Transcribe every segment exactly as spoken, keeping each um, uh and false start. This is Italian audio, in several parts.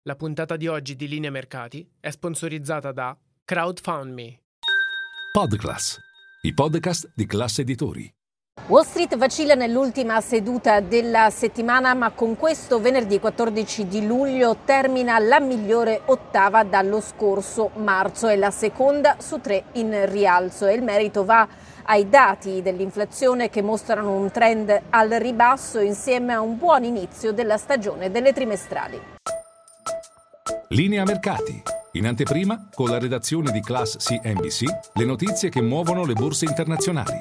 La puntata di oggi di Linea Mercati è sponsorizzata da CrowdFundMe. Podclass, i podcast di Class Editori. Wall Street vacilla nell'ultima seduta della settimana, ma con questo venerdì quattordici di luglio termina la migliore ottava dallo scorso marzo e la seconda su tre in rialzo. E il merito va ai dati dell'inflazione che mostrano un trend al ribasso insieme a un buon inizio della stagione delle trimestrali. Linea Mercati. In anteprima, con la redazione di Class C N B C, le notizie che muovono le borse internazionali.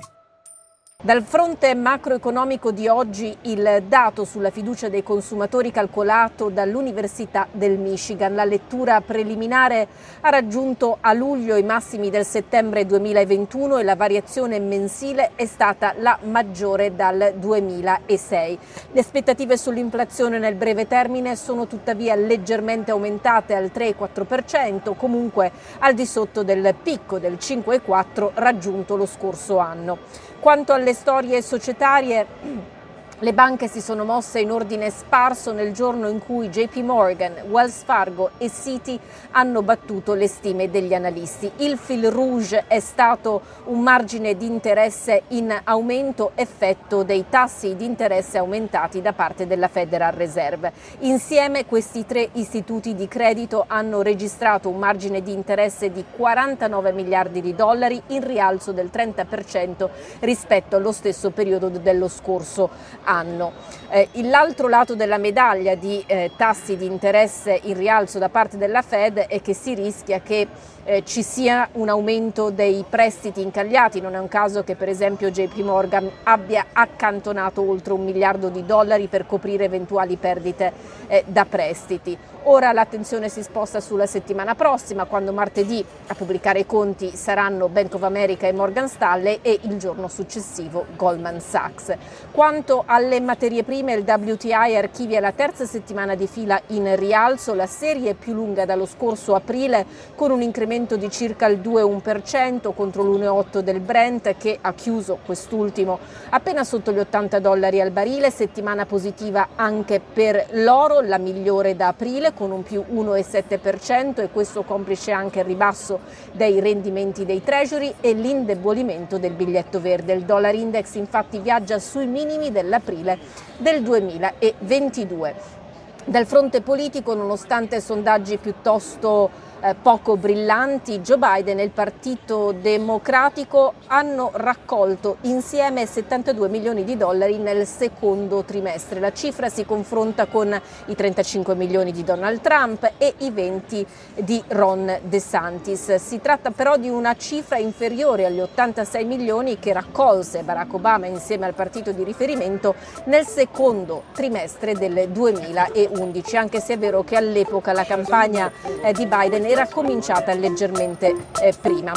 Dal fronte macroeconomico di oggi il dato sulla fiducia dei consumatori calcolato dall'Università del Michigan. La lettura preliminare ha raggiunto a luglio i massimi del settembre duemilaventuno e la variazione mensile è stata la maggiore dal duemilasei. Le aspettative sull'inflazione nel breve termine sono tuttavia leggermente aumentate al tre virgola quattro per cento, comunque al di sotto del picco del cinque virgola quattro per cento raggiunto lo scorso anno. Quanto alle storie societarie, le banche si sono mosse in ordine sparso nel giorno in cui J P Morgan, Wells Fargo e Citi hanno battuto le stime degli analisti. Il fil rouge è stato un margine di interesse in aumento, effetto dei tassi di interesse aumentati da parte della Federal Reserve. Insieme questi tre istituti di credito hanno registrato un margine di interesse di quarantanove miliardi di dollari, in rialzo del trenta per cento rispetto allo stesso periodo dello scorso anno. Eh, l'altro lato della medaglia di eh, tassi di interesse in rialzo da parte della Fed è che si rischia che eh, ci sia un aumento dei prestiti incagliati. Non è un caso che per esempio J P Morgan abbia accantonato oltre un miliardo di dollari per coprire eventuali perdite eh, da prestiti. Ora l'attenzione si sposta sulla settimana prossima, quando martedì a pubblicare i conti saranno Bank of America e Morgan Stanley e il giorno successivo Goldman Sachs. Quanto alle materie prime, il W T I archivia la terza settimana di fila in rialzo, la serie più lunga dallo scorso aprile, con un incremento di circa il due virgola uno per cento contro l'uno virgola otto per cento del Brent, che ha chiuso quest'ultimo appena sotto gli ottanta dollari al barile. Settimana positiva anche per l'oro, la migliore da aprile, con un più uno virgola sette per cento, e questo complice anche il ribasso dei rendimenti dei treasury e l'indebolimento del biglietto verde. Il dollar index infatti viaggia sui minimi dell'aprile del duemilaventidue. Dal fronte politico, nonostante sondaggi piuttosto eh, poco brillanti, Joe Biden e il Partito Democratico hanno raccolto insieme settantadue milioni di dollari nel secondo trimestre. La cifra si confronta con i trentacinque milioni di Donald Trump e i venti di Ron DeSantis. Si tratta però di una cifra inferiore agli ottantasei milioni che raccolse Barack Obama insieme al partito di riferimento nel secondo trimestre del duemilaundici, anche se è vero che all'epoca la campagna eh, di Biden era cominciata leggermente eh, prima.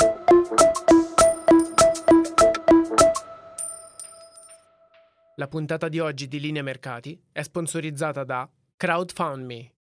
La puntata di oggi di Linea Mercati è sponsorizzata da CrowdFundMe.